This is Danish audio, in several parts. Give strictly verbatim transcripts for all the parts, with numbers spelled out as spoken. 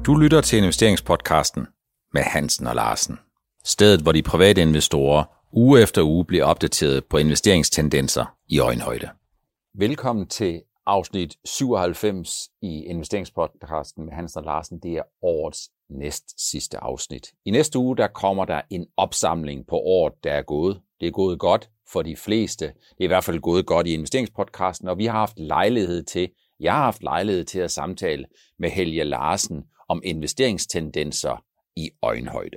Du lytter til investeringspodcasten med Hansen og Larsen. Stedet, hvor de private investorer uge efter uge bliver opdateret på investeringstendenser i øjenhøjde. Velkommen til afsnit syvoghalvfems i investeringspodcasten med Hansen og Larsen. Det er årets næst sidste afsnit. I næste uge der kommer der en opsamling på året, der er gået. Det er gået godt for de fleste. Det er i hvert fald gået godt i investeringspodcasten, og vi har haft lejlighed til, jeg har haft lejlighed til at samtale med Helge Larsen om investeringstendenser i øjenhøjde.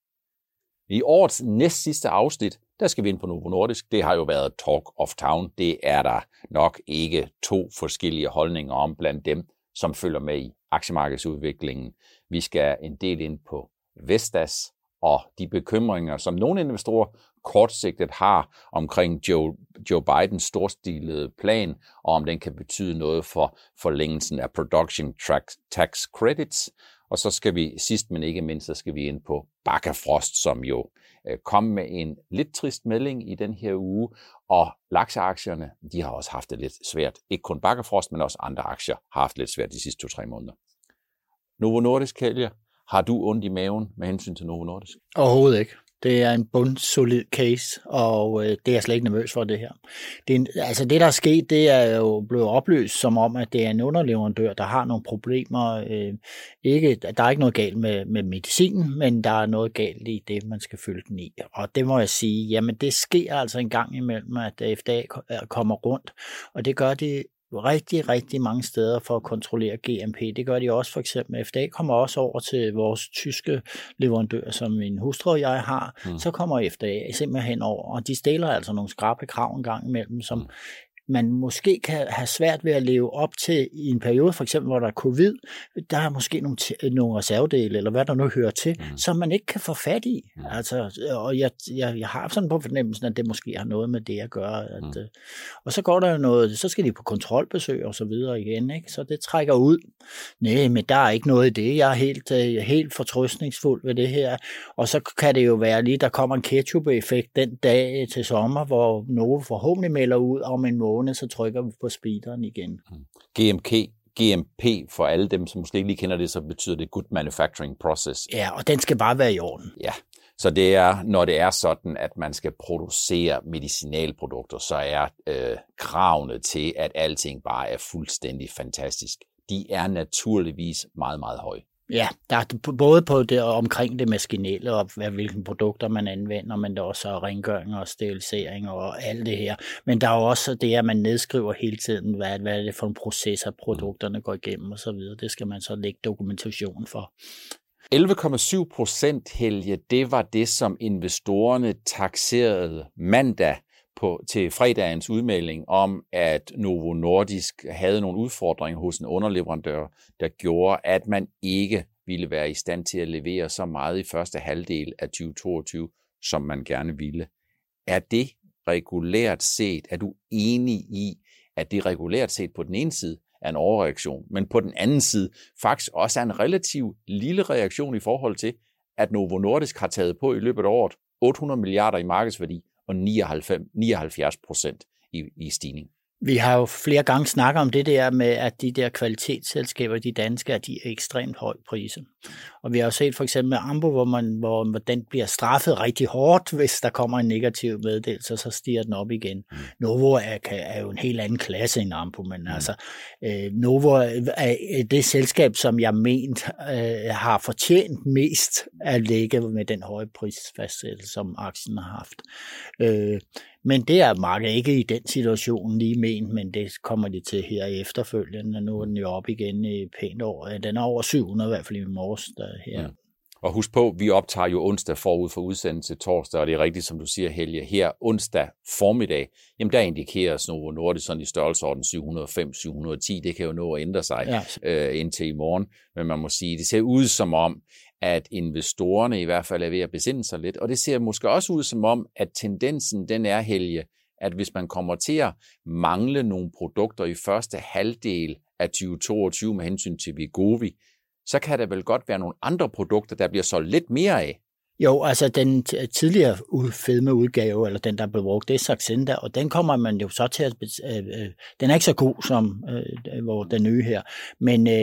I årets næst sidste afsnit, der skal vi ind på Novo Nordisk. Det har jo været talk of town. Det er der nok ikke to forskellige holdninger om blandt dem, som følger med i aktiemarkedsudviklingen. Vi skal en del ind på Vestas og de bekymringer, som nogle investorer kortsigtet har omkring Joe, Joe Bidens storstilede plan, og om den kan betyde noget for forlængelsen af production tax credits. Og så skal vi, sidst men ikke mindst, så skal vi ind på Bakkafrost, som jo øh, kom med en lidt trist melding i den her uge, og lakseaktierne, de har også haft det lidt svært. Ikke kun Bakkafrost, men også andre aktier har haft lidt svært de sidste to-tre måneder. Novo Nordisk, Helge, har du ondt i maven med hensyn til Novo Nordisk? Overhovedet ikke. Det er en bundsolid case, og øh, det er jeg slet ikke nervøs for, det her. Det, er, altså det, der er sket, det er jo blevet oplyst som om, at det er en underleverandør, der har nogle problemer. Øh, ikke, der er ikke noget galt med, med medicinen, men der er noget galt i det, man skal fylde den i. Og det må jeg sige, jamen det sker altså en gang imellem, at F D A kommer rundt, og det gør de rigtig, rigtig mange steder for at kontrollere G M P. Det gør de også for eksempel. F D A kommer også over til vores tyske leverandør, som min hustru og jeg har. Mm. Så kommer F D A simpelthen over, og de stiller altså nogle skrappe krav en gang imellem, som mm. man måske kan have svært ved at leve op til i en periode, for eksempel hvor der er covid, der er måske nogle, nogle reservedele, eller hvad der nu hører til, mm. som man ikke kan få fat i. Mm. Altså, og jeg, jeg, jeg har sådan på fornemmelsen, at det måske har noget med det at gøre. At, mm. Og så går der jo noget, så skal de på kontrolbesøg og så videre igen, ikke? Så det trækker ud. Nej, men der er ikke noget i det. Jeg er helt, helt fortrøstningsfuld ved det her. Og så kan det jo være lige, der kommer en ketchup-effekt den dag til sommer, hvor Novo forhåbentlig melder ud om en måned, så trykker vi på speederen igen. G M P, G M P for alle dem, som måske ikke lige kender det, så betyder det Good Manufacturing Process. Ja, og den skal bare være i orden. Ja, så det er, når det er sådan, at man skal producere medicinalprodukter, så er øh, kravene til, at alting bare er fuldstændig fantastisk. De er naturligvis meget, meget høje. Ja, der er både på det omkring det maskinelle og hvilke produkter man anvender, men der er også rengøring og sterilisering og alt det her. Men der er også det, at man nedskriver hele tiden, hvad, hvad er det for en processer, produkterne går igennem og så videre. Det skal man så lægge dokumentation for. elleve komma syv procent, Helge, det var det, som investorerne takserede mandag på, til fredagens udmelding om, at Novo Nordisk havde nogle udfordringer hos en underleverandør, der gjorde, at man ikke ville være i stand til at levere så meget i første halvdel af tyve toogtyve, som man gerne ville. Er det regulært set, er du enig i, at det regulært set på den ene side er en overreaktion, men på den anden side faktisk også er en relativt lille reaktion i forhold til, at Novo Nordisk har taget på i løbet af året otte hundrede milliarder i markedsværdi, og nioghalvfjerds procent i, i stigning. Vi har jo flere gange snakket om det der med, at de der kvalitetsselskaber, de danske, at de er ekstremt høj priser. Og vi har jo set for eksempel med Ambu, hvor, man, hvor, hvor den bliver straffet rigtig hårdt, hvis der kommer en negativ meddelelse, så stiger den op igen. Mm. Novo er, er jo en helt anden klasse end Ambu, men mm. altså, øh, Novo er det selskab, som jeg ment øh, har fortjent mest at ligge med den høje prisfastsættelse, som aktien har haft. Øh, Men det er markedet ikke i den situation lige ment, men det kommer de til her efterfølgende. Nu er den jo op igen i pænt år. Den er over syv hundrede i hvert fald i morges her. Ja. Og husk på, vi optager jo onsdag forud for udsendelse torsdag, og det er rigtigt, som du siger, Helge, her onsdag formiddag, jamen der indikeres Novo Nordisk sådan i størrelsesorden syv hundrede og fem til syv hundrede og ti. Det kan jo nå at ændre sig ja. øh, indtil i morgen, men man må sige, det ser ud som om, at investorerne i hvert fald er ved at besinde sig lidt, og det ser måske også ud som om, at tendensen den er, Helge, at hvis man kommer til at mangle nogle produkter i første halvdel af tyve toogtyve med hensyn til Wegovy, så kan der vel godt være nogle andre produkter, der bliver solgt lidt mere af. Jo, altså den tidligere fedme udgave, eller den, der blev brugt, det er Saxenda, og den kommer man jo så til at... Øh, øh, den er ikke så god som øh, hvor den nye her, men... Øh,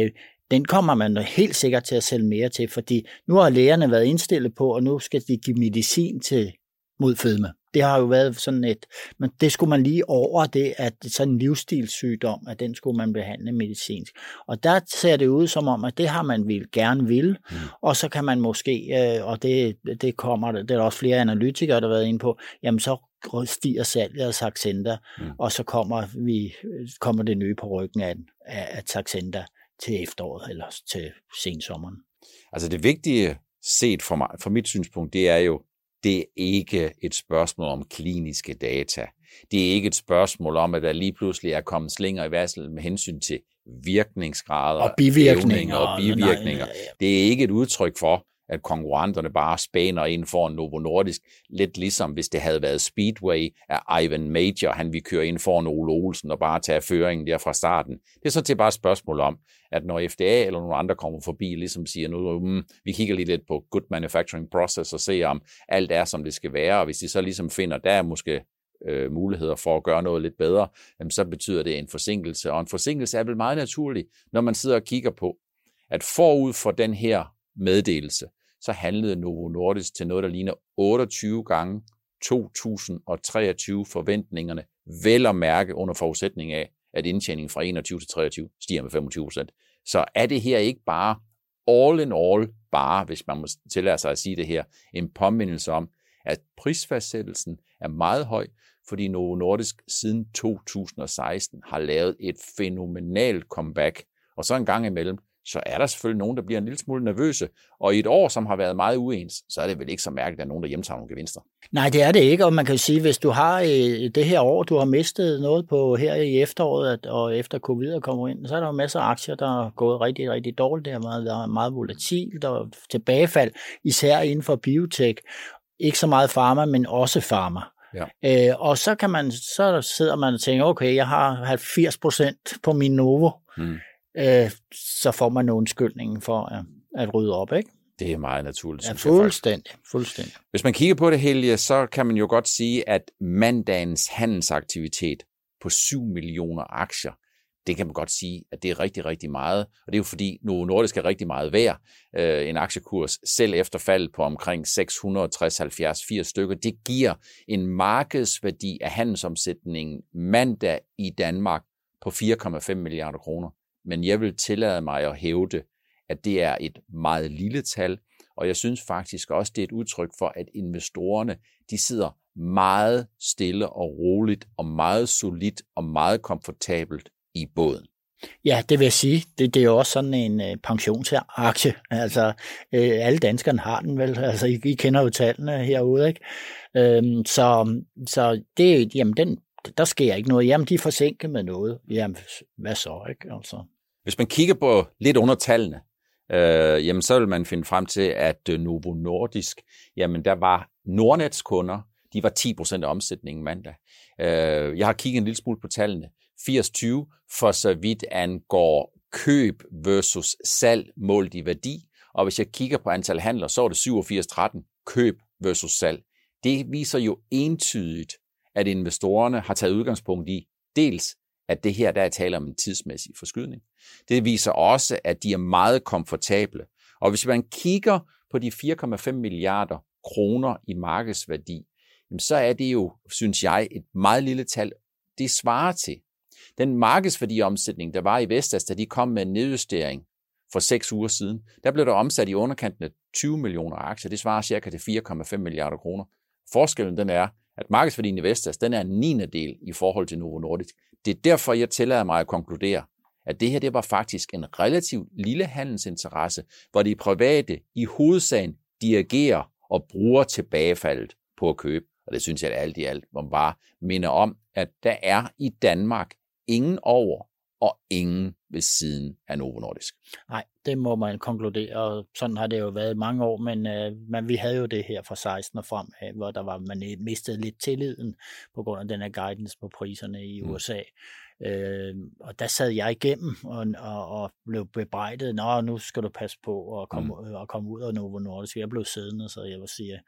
den kommer man helt sikkert til at sælge mere til, fordi nu har lægerne været indstillet på, og nu skal de give medicin til mod fedme. Det har jo været sådan et, men det skulle man lige over det, at sådan en livsstilssygdom, at den skulle man behandle medicinsk. Og der ser det ud som om, at det har man vil, gerne vil, mm. og så kan man måske, og det, det kommer, det er der også flere analytikere, der har været inde på, jamen så stiger salget af Saxenda, mm. og så kommer, vi, kommer det nye på ryggen af, af Saxenda til efteråret, eller til sensommeren. Altså det vigtige set fra, mig, fra mit synspunkt, det er jo, det er ikke et spørgsmål om kliniske data. Det er ikke et spørgsmål om, at der lige pludselig er kommet slinger i vassel med hensyn til virkningsgrader og bivirkninger. og bivirkninger. Det er ikke et udtryk for, at konkurrenterne bare spænder ind foran Novo Nordisk. Lidt ligesom hvis det havde været Speedway af Ivan Major, han ville køre ind foran Ole Olsen og bare tage føringen der fra starten. Det er så til bare et spørgsmål om, at når F D A eller nogle andre kommer forbi, ligesom siger, nu mm, vi kigger lige lidt på good manufacturing process og ser, om alt er, som det skal være, og hvis de så ligesom finder, der er måske øh, muligheder for at gøre noget lidt bedre, jamen, så betyder det en forsinkelse. Og en forsinkelse er vel meget naturlig, når man sidder og kigger på, at forud for den her meddelelse, så handlede Novo Nordisk til noget, der ligner otteogtyve gange to tusind treogtyve forventningerne, vel at mærke under forudsætning af, at indtjeningen fra enogtyve til treogtyve stiger med femogtyve procent. Så er det her ikke bare all in all, bare, hvis man må tillade sig at sige det her, en påmindelse om, at prisfastsættelsen er meget høj, fordi Novo Nordisk siden to tusind seksten har lavet et fænomenalt comeback, og så en gang imellem, så er der selvfølgelig nogen, der bliver en lille smule nervøse. Og i et år, som har været meget uens, så er det vel ikke så mærkeligt, at der er nogen, der hjemtager nogle gevinster. Nej, det er det ikke, og man kan sige, hvis du har øh, det her år, du har mistet noget på her i efteråret, og efter covid er kommet ind, så er der jo masser af aktier, der er gået rigtig, rigtig dårligt. Det har været, været meget volatilt og tilbagefald, især inden for biotech. Ikke så meget pharma, men også pharma. Ja. Øh, og så kan man, så sidder man og tænker, okay, jeg har halvfjerds procent på min Novo. Hmm. Øh, så får man en undskyldning for at, at rydde op, ikke? Det er meget naturligt. Ja, fuldstændig, fuldstændig. Hvis man kigger på det, Helge, så kan man jo godt sige, at mandagens handelsaktivitet på syv millioner aktier, det kan man godt sige, at det er rigtig, rigtig meget. Og det er jo fordi, Novo Nordisk er rigtig meget værd. Øh, en aktiekurs, selv efter fald på omkring seks hundrede og tres, halvfjerds, firs stykker, det giver en markedsværdi af handelsomsætningen mandag i Danmark på fire komma fem milliarder kroner. Men jeg vil tillade mig at hævde, at det er et meget lille tal, og jeg synes faktisk også, det er et udtryk for, at investorerne, de sidder meget stille og roligt, og meget solidt og meget komfortabelt i båden. Ja, det vil jeg sige. Det, det er jo også sådan en uh, pensionsaktie. Altså, øh, alle danskerne har den vel. Altså, I, I kender jo tallene herude, ikke? Øhm, så, så det, jamen, den der sker ikke noget. Jamen, de er forsinket med noget. Jamen, hvad så, ikke? Altså. Hvis man kigger på lidt under tallene, øh, jamen, så vil man finde frem til, at Novo Nordisk, jamen, der var Nordnets kunder, de var ti procent af omsætningen mandag. Øh, jeg har kigget en lille smule på tallene. firs tyve for så vidt angår køb versus salg målt i værdi. Og hvis jeg kigger på antal handler, så er det syvogfirs tretten køb versus salg. Det viser jo entydigt, at investorerne har taget udgangspunkt i dels, at det her der er tale om en tidsmæssig forskydning. Det viser også, at de er meget komfortable. Og hvis man kigger på de fire komma fem milliarder kroner i markedsværdi, så er det jo, synes jeg, et meget lille tal. Det svarer til den markedsværdiomsætning, der var i Vestas, da de kom med en nedjustering for seks uger siden. Der blev der omsat i underkanten af tyve millioner aktier. Det svarer cirka til fire komma fem milliarder kroner. Forskellen den er, at markedsværdien i Vestas, den er en niende del i forhold til Novo Nordisk. Det er derfor, jeg tillader mig at konkludere, at det her det var faktisk en relativt lille handelsinteresse, hvor de private i hovedsagen dirigerer og bruger tilbagefaldet på at købe. Og det synes jeg, at alt i alt man bare minder om, at der er i Danmark ingen over og ingen ved siden af Novo Nordisk. Nej, det må man konkludere, og sådan har det jo været i mange år, men, øh, men vi havde jo det her fra seksten og frem, øh, hvor der var, man mistede lidt tilliden på grund af den her guidance på priserne i U S A. Mm. Øh, og der sad jeg igennem og, og, og blev bebrejdet, nå, nu skal du passe på at komme, mm. øh, at komme ud af Novo Nordisk. Jeg blev siddende, så jeg vil sige,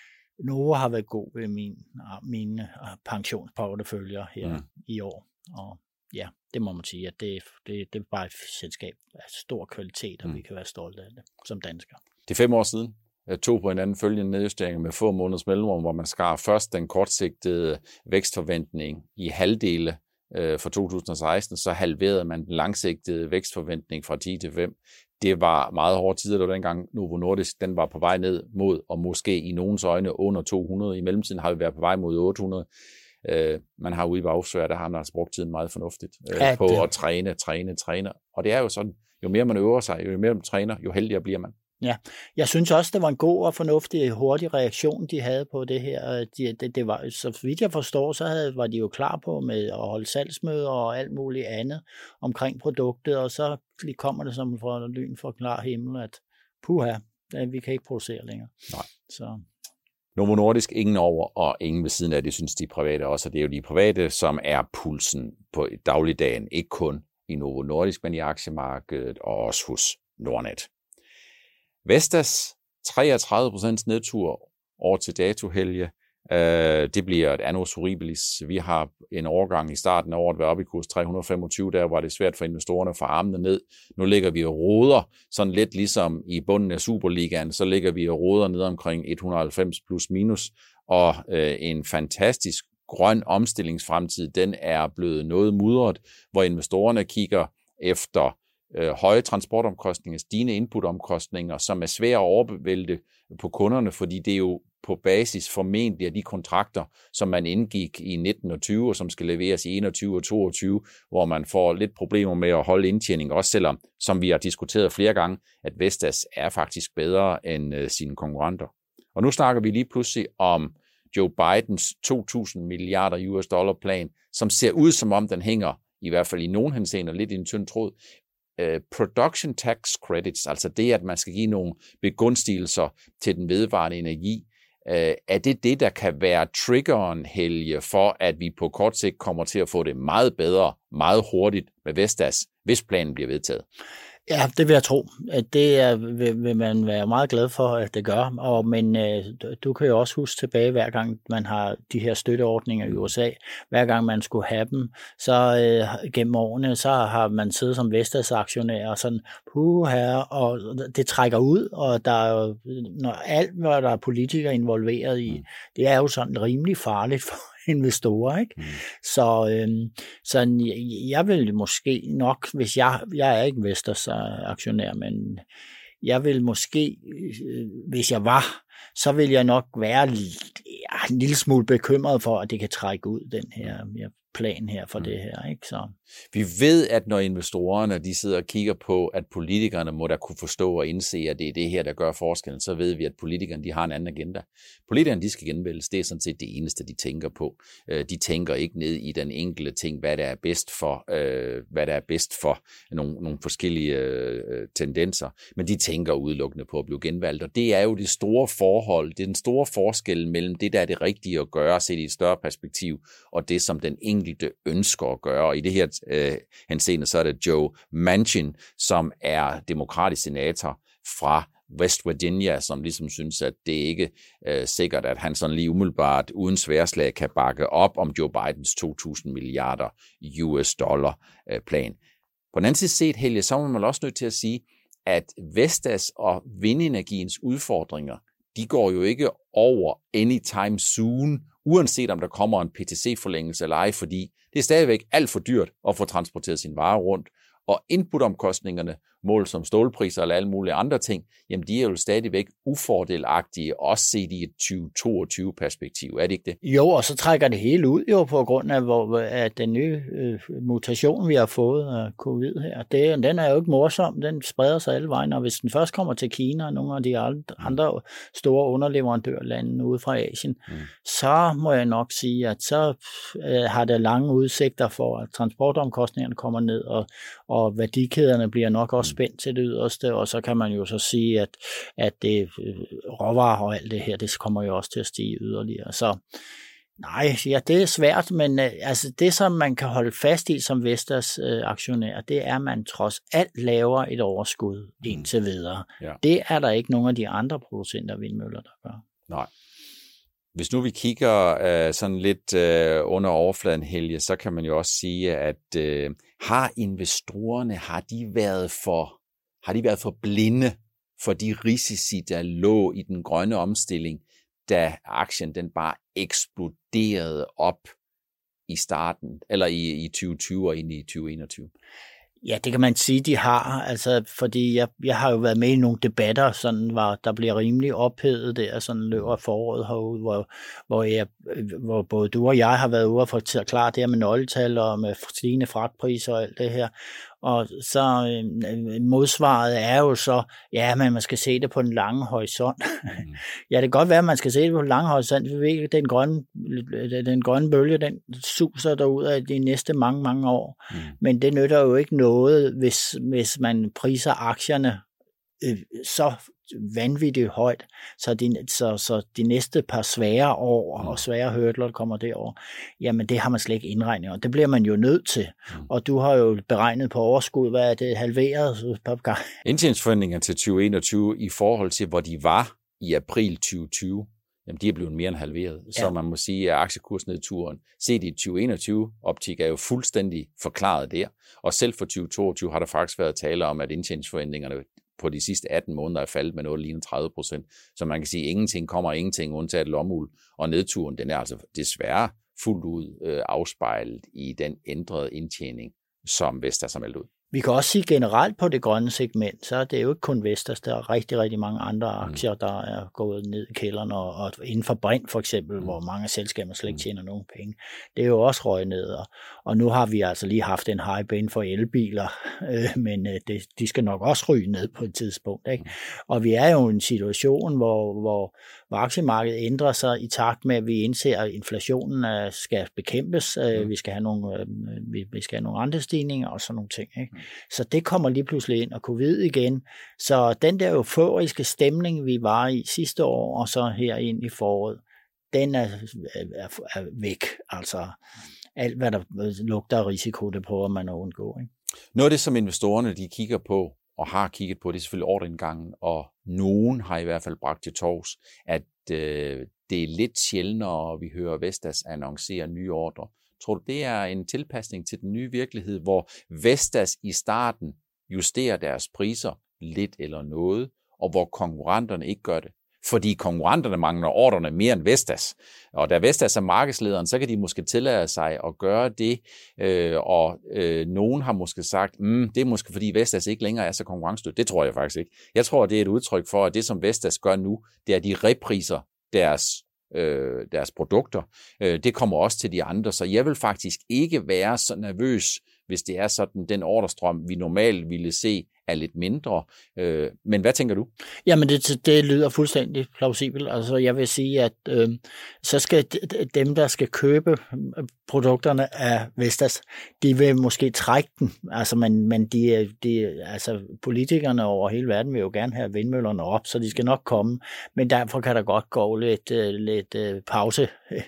Novo har været god ved min, mine pensionsporteføljer her mm. i år. Og ja, det må man sige, at det, det, det er bare et selskab af stor kvalitet, og mm. vi kan være stolte af det som danskere. Det er fem år siden. To på hinanden følgende nedjusteringer med få måneders mellemrum, hvor man skar først den kortsigtede vækstforventning i halvdele øh, for to tusind og seksten, så halverede man den langsigtede vækstforventning fra ti til fem. Det var meget hårde tider, der dengang Novo Nordisk, den var på vej ned mod, og måske i nogens øjne under to hundrede. I mellemtiden har vi været på vej mod otte hundrede. Øh, man har ude i Bagsvær, der har man altså brugt tiden meget fornuftigt øh, ja, på det. at træne, træne, træne. Og det er jo sådan, jo mere man øver sig, jo mere man træner, jo heldigere bliver man. Ja, jeg synes også, det var en god og fornuftig, hurtig reaktion, de havde på det her. De, det, det var, så vidt jeg forstår, så havde, var de jo klar på med at holde salgsmøder og alt muligt andet omkring produktet, og så kommer det som fra lyn for klar himmel, at puha, vi kan ikke producere længere. Nej. Så. Novo Nordisk ingen over, og ingen ved siden af det, synes de private også. Og det er jo de private, som er pulsen på dagligdagen, ikke kun i Novo Nordisk, men i aktiemarkedet og også hos Nordnet. Vestas, treogtredive procent nedtur over til dato, Helge. Det bliver et annus horribilis. Vi har en overgang i starten af året været oppe i kurs tre hundrede og femogtyve, der var det svært for investorerne at få armene ned. Nu ligger vi og roder, sådan lidt ligesom i bunden af Superligaen, så ligger vi og roder ned omkring et hundrede og halvfems plus minus, og øh, en fantastisk grøn omstillingsfremtid, den er blevet noget mudret, hvor investorerne kigger efter øh, høje transportomkostninger, stigende inputomkostninger, som er svære at overvælte på kunderne, fordi det er jo på basis formentlig af de kontrakter, som man indgik i nitten og tyve, og som skal leveres i enogtyve og toogtyve, hvor man får lidt problemer med at holde indtjening, også selvom, som vi har diskuteret flere gange, at Vestas er faktisk bedre end øh, sine konkurrenter. Og nu snakker vi lige pludselig om Joe Bidens to tusind milliarder U S dollar plan, som ser ud som om den hænger, i hvert fald i nogen henseender, lidt i en tynd tråd. Uh, production tax credits, altså det, at man skal give nogle begunstigelser til den vedvarende energi, uh, er det det, der kan være triggeren, Helge, for at vi på kort sigt kommer til at få det meget bedre, meget hurtigt med Vestas, hvis planen bliver vedtaget? Ja, det vil jeg tro. Det er, vil, vil man være meget glad for, at det gør. Og, men øh, du kan jo også huske tilbage, hver gang man har de her støtteordninger i U S A, hver gang man skulle have dem, så øh, gennem årene, så har man siddet som Vestas-aktionær og sådan, puh her, og det trækker ud, og der er jo, når alt, hvad der er politikere involveret i, det er jo sådan rimelig farligt for investorer, ikke? Mm. Så, øhm, så jeg vil måske nok, hvis jeg, jeg er ikke Vestas aktionær, men jeg vil måske, øh, hvis jeg var, så vil jeg nok være ja, en lille smule bekymret for, at det kan trække ud den her ja, plan her for mm. det her, ikke? Så. Vi ved, at når investorerne de sidder og kigger på, at politikerne må da kunne forstå og indse, at det er det her, der gør forskellen, så ved vi, at politikerne de har en anden agenda. Politikerne de skal genvælges, det er sådan set det eneste, de tænker på. De tænker ikke ned i den enkelte ting, hvad der er bedst for, hvad der er bedst for nogle, nogle forskellige tendenser, men de tænker udelukkende på at blive genvalgt, og det er jo det store forhold, det er den store forskel mellem det, der er det rigtige at gøre, set i et større perspektiv, og det, som den enkelte ønsker at gøre. Og i det her øh, henseende, så er det Joe Manchin, som er demokratisk senator fra West Virginia, som ligesom synes, at det ikke er øh, sikkert, at han sådan lige umiddelbart uden sværslag kan bakke op om Joe Bidens to tusind milliarder U S dollar øh, plan. På den anden side set, Helge, så er man også nødt til at sige, at Vestas og vindenergiens udfordringer, de går jo ikke over anytime soon, uanset om der kommer en P T C-forlængelse eller ej, fordi det er stadigvæk alt for dyrt at få transporteret sine varer rundt, og inputomkostningerne, mål som stålpriser eller alle mulige andre ting, jamen de er jo stadigvæk ufordelagtige, også set i et tyve toogtyve-perspektiv, er det ikke det? Jo, og så trækker det hele ud jo på grund af, hvor, af den nye øh, mutation, vi har fået af covid her. Det, den er jo ikke morsom, den spreder sig alle vejen, og hvis den først kommer til Kina og nogle af de andre store underleverandørlande ude fra Asien, mm. så må jeg nok sige, at så øh, har der lange udsigter for, at transportomkostningerne kommer ned, og, og værdikæderne bliver nok også spændt til det yderste, og så kan man jo så sige, at, at det råvarer og alt det her, det kommer jo også til at stige yderligere. Så nej, ja, det er svært, men altså det, som man kan holde fast i som Vestas øh, aktionær, det er, at man trods alt laver et overskud mm. indtil videre. Ja. Det er der ikke nogen af de andre producenter af vindmøller, der gør. Nej. Hvis nu vi kigger uh, sådan lidt uh, under overfladen, Helge, så kan man jo også sige, at uh, har investorerne, har de været for, har de været for blinde for de risici, der lå i den grønne omstilling, da aktien den bare eksploderede op i starten, eller i, i tyve tyve og ind i tyve enogtyve? Ja, det kan man sige, de har, altså, fordi jeg, jeg har jo været med i nogle debatter, sådan, hvor der bliver rimelig ophedet der, sådan løber foråret herude, hvor, hvor, jeg, hvor både du og jeg har været ude og forklare det her med nøgletal og med stigende fragtpriser og alt det her. Og så øh, modsvaret er jo så, ja, men man skal se det på den lange horisont. Mm. Ja, det kan godt være, at man skal se det på den lange horisont. Vi ved, at den grønne, den grønne bølge, den suser derud af de næste mange, mange år. Mm. Men det nytter jo ikke noget, hvis, hvis man priser aktierne øh, så vanvittigt højt, så de, så, så de næste par svære år og svære hurdler, der kommer derover, jamen det har man slet ikke indregnet, og det bliver man jo nødt til. Mm. Og du har jo beregnet på overskud, hvad er det, halveret per gang? Indtjeningsforventningerne til tyve enogtyve i forhold til, hvor de var i april tyve tyve, jamen de er blevet mere end halveret. Ja. Så man må sige, at aktiekursnedturen set i tyve enogtyve-optik er jo fuldstændig forklaret der. Og selv for tyve toogtyve har der faktisk været tale om, at indtjeningsforventningerne på de sidste atten måneder er faldet med noget lignende tredive procent. Så man kan sige, at ingenting kommer ingenting undtaget lommeuld. Og nedturen, den er altså desværre fuldt ud øh, afspejlet i den ændrede indtjening, som Vestas har meldt ud. Vi kan også sige generelt på det grønne segment, så er det jo ikke kun Vestas, der er rigtig, rigtig mange andre aktier, der er gået ned i kælderen, og, og inden for Brint for eksempel, mm. hvor mange selskaber slet ikke tjener nogen penge. Det er jo også røget ned, og, og nu har vi altså lige haft en hype inden for elbiler, øh, men øh, det, de skal nok også ryge ned på et tidspunkt. Ikke? Og vi er jo i en situation, hvor, hvor, hvor aktiemarkedet ændrer sig i takt med, at vi indser, at inflationen skal bekæmpes, øh, vi skal have nogle, øh, vi, vi skal have nogle rentestigninger og sådan nogle ting, ikke? Så det kommer lige pludselig ind, og covid igen. Så den der euforiske stemning, vi var i sidste år, og så her ind i foråret, den er, er, er væk. Altså alt, hvad der lugter af risiko, det prøver man at undgå. Ikke? Noget af det, som investorerne de kigger på, og har kigget på, det er selvfølgelig ordreindgangen, og nogen har i hvert fald bragt til torvs, at øh, det er lidt sjældnere, vi hører Vestas annoncere nye ordre. Tror du, det er en tilpasning til den nye virkelighed, hvor Vestas i starten justerer deres priser lidt eller noget, og hvor konkurrenterne ikke gør det? Fordi konkurrenterne mangler ordrene mere end Vestas. Og da Vestas er markedslederen, så kan de måske tillade sig at gøre det, øh, og øh, nogen har måske sagt, mm, det er måske fordi Vestas ikke længere er så konkurrencedygtig. Det tror jeg faktisk ikke. Jeg tror, det er et udtryk for, at det som Vestas gør nu, det er, at de repriser deres Øh, deres produkter. Øh, det kommer også til de andre, så jeg vil faktisk ikke være så nervøs, hvis det er sådan, den ordrestrøm, vi normalt ville se, er lidt mindre. Øh, men hvad tænker du? Jamen, det, det lyder fuldstændig plausibelt. Altså, jeg vil sige, at øh, så skal dem, der skal købe produkterne af Vestas, de vil måske trække den. Altså, men, men de, de, altså, politikerne over hele verden vil jo gerne have vindmøllerne op, så de skal nok komme. Men derfor kan der godt gå lidt, lidt pause,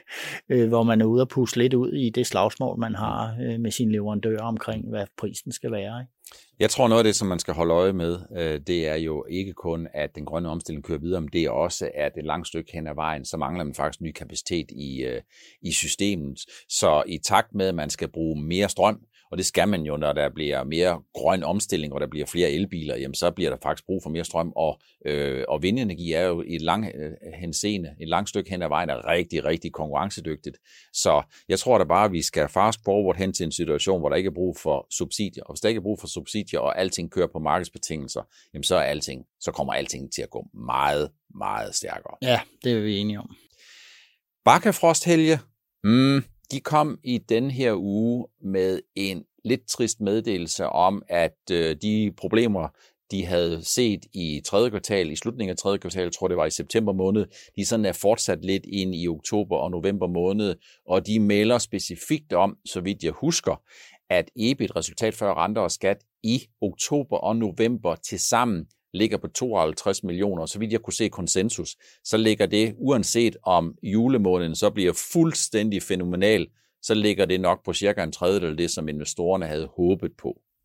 hvor man er ude og puste lidt ud i det slagsmål, man har med sine leverandører omkring, hvad prisen skal være, ikke? Jeg tror, noget af det, som man skal holde øje med, det er jo ikke kun, at den grønne omstilling kører videre, men det er også, at et langt stykke hen ad vejen, så mangler man faktisk ny kapacitet i, i systemet. Så i takt med, at man skal bruge mere strøm, og det skal man jo, når der bliver mere grøn omstilling, og der bliver flere elbiler, jamen så bliver der faktisk brug for mere strøm, og, øh, og vindenergi er jo i et langt øh, henseende, et langt stykke hen ad vejen er rigtig, rigtig konkurrencedygtigt. Så jeg tror da bare, at vi skal fast forward hen til en situation, hvor der ikke er brug for subsidier, og hvis der ikke er brug for subsidier, og alting kører på markedsbetingelser, jamen så er alting, så kommer alting til at gå meget, meget stærkere. Ja, det er vi enige om. Bakkafrost, Helge, mm, de kom i den her uge med en lidt trist meddelelse om, at øh, de problemer, de havde set i tredje kvartal, i slutningen af tredje kvartal, jeg tror det var i september måned, de sådan er fortsat lidt ind i oktober og november måned, og de melder specifikt om, så vidt jeg husker, at E B I T, resultat før renter og skat, i oktober og november til sammen ligger på tooghalvtreds millioner. Så vidt jeg kunne se konsensus, så ligger det, uanset om julemåneden så bliver fuldstændig fænomenal, så ligger det nok på cirka en tredjedel af det, som investorerne havde håbet på.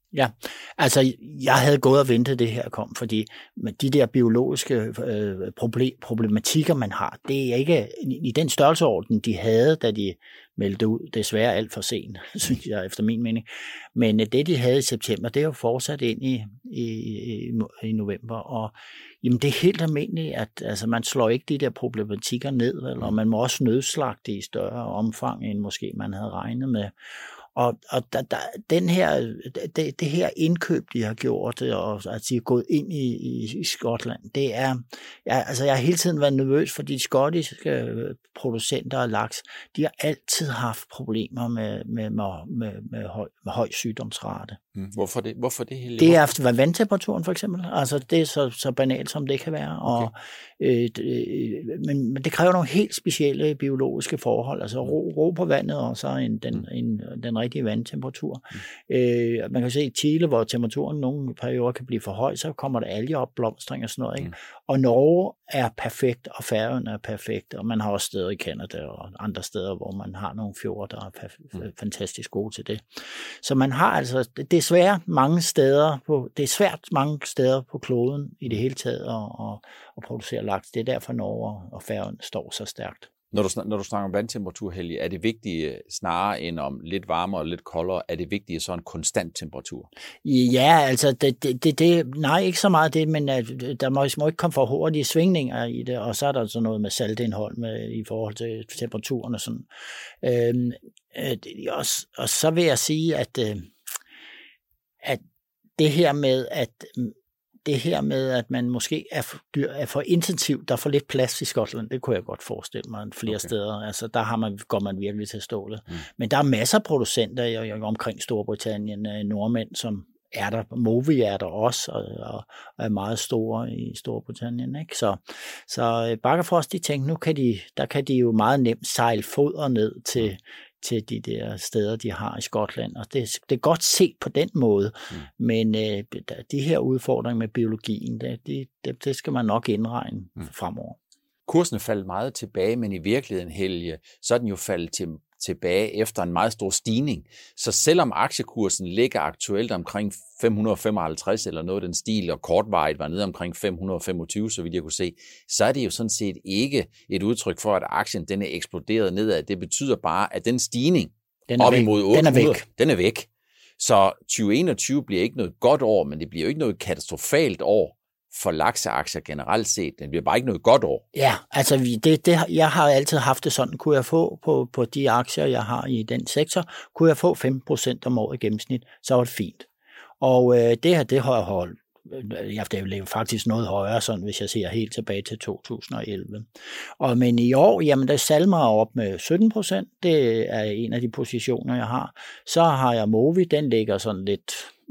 Ja, altså jeg havde gået og ventet, det her kom, fordi med de der biologiske øh, problem, problematikker, man har, det er ikke i den størrelseorden, de havde, da de meldte ud, desværre alt for sent, synes jeg, efter min mening. Men det, de havde i september, det er jo fortsat ind i, i, i, i november, og jamen, det er helt almindeligt, at altså, man slår ikke de der problematikker ned, eller man må også nødslagte i større omfang, end måske man havde regnet med. Og, og da, da, den her, det, det her indkøb, de har gjort, og at de er gået ind i, i, i Skotland, det er, jeg, altså jeg har hele tiden været nervøs, for de skottiske producenter af laks, de har altid haft problemer med, med, med, med, med, høj, med høj sygdomsrate. Mm. Hvorfor det? Hvorfor det hele? Det er vandtemperaturen for eksempel. Altså det er så, så banalt, som det kan være. Og, okay. øh, det, men, men det kræver nogle helt specielle biologiske forhold. Altså ro, ro på vandet, og så en, den, mm. en, den rigtige vandtemperatur. Mm. Øh, man kan se i Chile, hvor temperaturen nogle perioder kan blive for høj, så kommer der algeopblomstring og sådan noget. Ikke? Mm. Og Norge er perfekt, og Færøerne er perfekt, og man har også steder i Canada og andre steder, hvor man har nogle fjorde, der er perf- mm. fantastisk gode til det. Så man har altså, det er svært mange steder på, det er svært mange steder på kloden i det hele taget at, at, at producere laks. Det er derfor Norge og Færøerne står så stærkt. Når du, når du snakker om vandtemperatur, Helge, er det vigtigt snarere end om lidt varmere og lidt koldere, er det vigtigt så en konstant temperatur? Ja, altså, det, det, det, nej, ikke så meget det, men der må, må ikke komme for hurtige svingninger i det, og så er der så noget med saltindhold med, i forhold til temperaturen og sådan. Øhm, og, og så vil jeg sige, at, at det her med, at det her med, at man måske er for, dyr, er for intensiv, der er for lidt plads i Skotland, det kunne jeg godt forestille mig flere okay. steder. Altså, der har man, går man virkelig til stålet. Mm. Men der er masser af producenter i, omkring Storbritannien, nordmænd, som er der. Movi er der også, og, og, og er meget store i Storbritannien. Ikke? Så, så Bakkafrost, de tænkte, nu kan de, der kan de jo meget nemt sejle foder ned til, mm. til de der steder, de har i Skotland. Og det, det er godt set på den måde, mm. men øh, de her udfordringer med biologien, det, det, det skal man nok indregne mm. fremover. Kursen er faldet meget tilbage, men i virkeligheden, Helge, så er den jo faldet til, tilbage efter en meget stor stigning. Så selvom aktiekursen ligger aktuelt omkring fem hundrede og femoghalvtreds eller noget af den stil, og kortvarigt var nede omkring fem hundrede og femogtyve, så vidt jeg kunne se, så er det jo sådan set ikke et udtryk for, at aktien den er eksploderet nedad. Det betyder bare, at den stigning den op imod otte hundrede, den er væk. Den er væk. Så tyve enogtyve bliver ikke noget godt år, men det bliver jo ikke noget katastrofalt år for lakseaktier generelt set. Det bliver bare ikke noget godt år. Ja, altså det, det, jeg har altid haft det sådan, kunne jeg få på, på de aktier, jeg har i den sektor, kunne jeg få femten procent om året i gennemsnit, så var det fint. Og øh, det her, det har jeg holdt. Jeg det er faktisk noget højere, sådan, hvis jeg ser helt tilbage til to tusind og elleve. Og, men i år, jamen der salmer op med sytten procent. Det er en af de positioner, jeg har. Så har jeg Movi, den ligger sådan lidt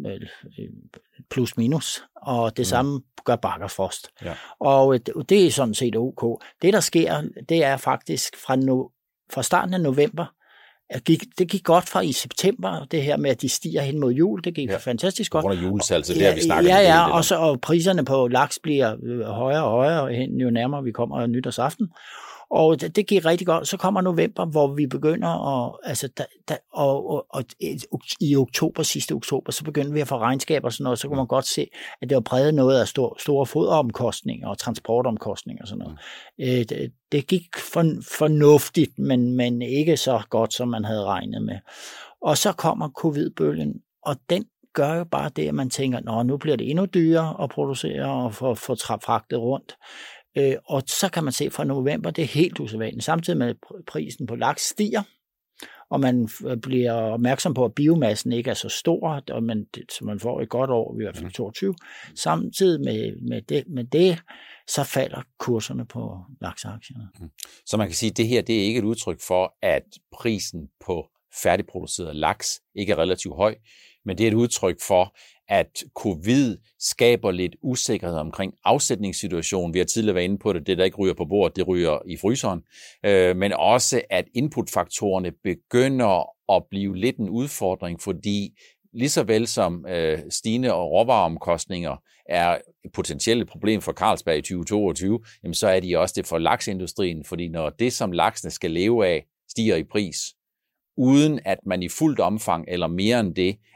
plus minus, og det mm. samme gør Bakkafrost. Ja. Og det er sådan set ok. Det, der sker, det er faktisk fra, no, fra starten af november, det gik godt fra i september, det her med, at de stiger hen mod jul, det gik ja. fantastisk godt. På grund af julesalg, så det har vi snakket ja, om. Ja, ja, og, så, og priserne på laks bliver højere og højere, hen, jo nærmere vi kommer nytårsaften. Og det, det gik rigtig godt. Så kommer november, hvor vi begynder at, altså, da, da, og, og, og i oktober, sidste oktober, så begyndte vi at få regnskaber og sådan noget, så kunne man godt se, at det var præget noget af store, store foderomkostninger og transportomkostninger og sådan noget. Mm. Det, det gik for, fornuftigt, men, men ikke så godt, som man havde regnet med. Og så kommer covid-bølgen, og den gør jo bare det, at man tænker, nå, nu bliver det endnu dyrere at producere og få, få fragtet rundt. Øh, og så kan man se fra november, det er helt usædvanligt. Samtidig med, at prisen på laks stiger, og man bliver opmærksom på, at biomassen ikke er så stor, og man, så man får et godt år, i hvert fald toogtyve. Samtidig med, med, det, med det, så falder kurserne på lakseaktierne. Så man kan sige, at det her det er ikke et udtryk for, at prisen på færdigproduceret laks ikke er relativt høj, men det er et udtryk for, at covid skaber lidt usikkerhed omkring afsætningssituationen. Vi har tidligere været inde på det, det der ikke ryger på bordet, det ryger i fryseren. Øh, men også, at inputfaktorerne begynder at blive lidt en udfordring, fordi lige så vel som øh, stigende råvareomkostninger er et potentielt problem for Carlsberg i tyve toogtyve, jamen så er de også det for laksindustrien, fordi når det, som laksene skal leve af, stiger i pris, uden at man i fuldt omfang eller mere end det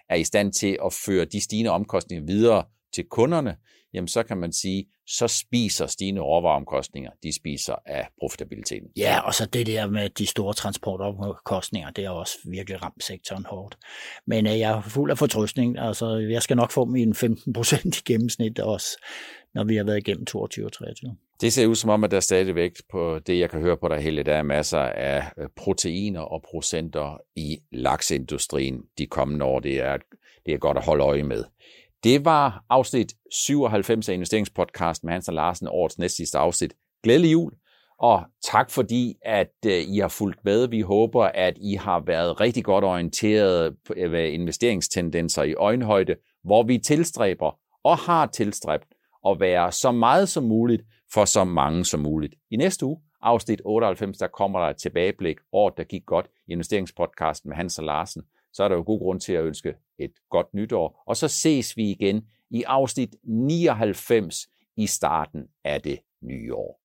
er i stand til at føre de stigende omkostninger videre til kunderne, jamen så kan man sige, så spiser stigende råvareomkostninger, de spiser af profitabiliteten. Ja, og så det der med de store transportomkostninger, det er også virkelig ramt sektoren hårdt. Men øh, jeg er fuld af fortrøstning, altså jeg skal nok få mine femten procent i gennemsnit også, når vi har været igennem toogtyve og treogtyve. Det ser ud som om, at der stadigvæk på det, jeg kan høre på dig, Helge, der er masser af proteiner og procenter i lakseindustrien de kommende år. Det er, det er godt at holde øje med. Det var afsnit syvoghalvfems af Investeringspodcast med Hans og Larsen, årets næstsidste afsnit. Glædelig jul, og tak fordi, at I har fulgt med. Vi håber, at I har været rigtig godt orienteret ved investeringstendenser i øjenhøjde, hvor vi tilstræber og har tilstræbt at være så meget som muligt for så mange som muligt. I næste uge, afsnit otteoghalvfems, der kommer der et tilbageblik, året der gik godt i Investeringspodcasten med Hans og Larsen. Så er der jo god grund til at ønske et godt nytår. Og så ses vi igen i afsnit nioghalvfems i starten af det nye år.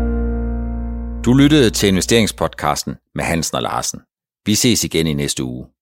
Du lyttede til Investeringspodcasten med Hansen og Larsen. Vi ses igen i næste uge.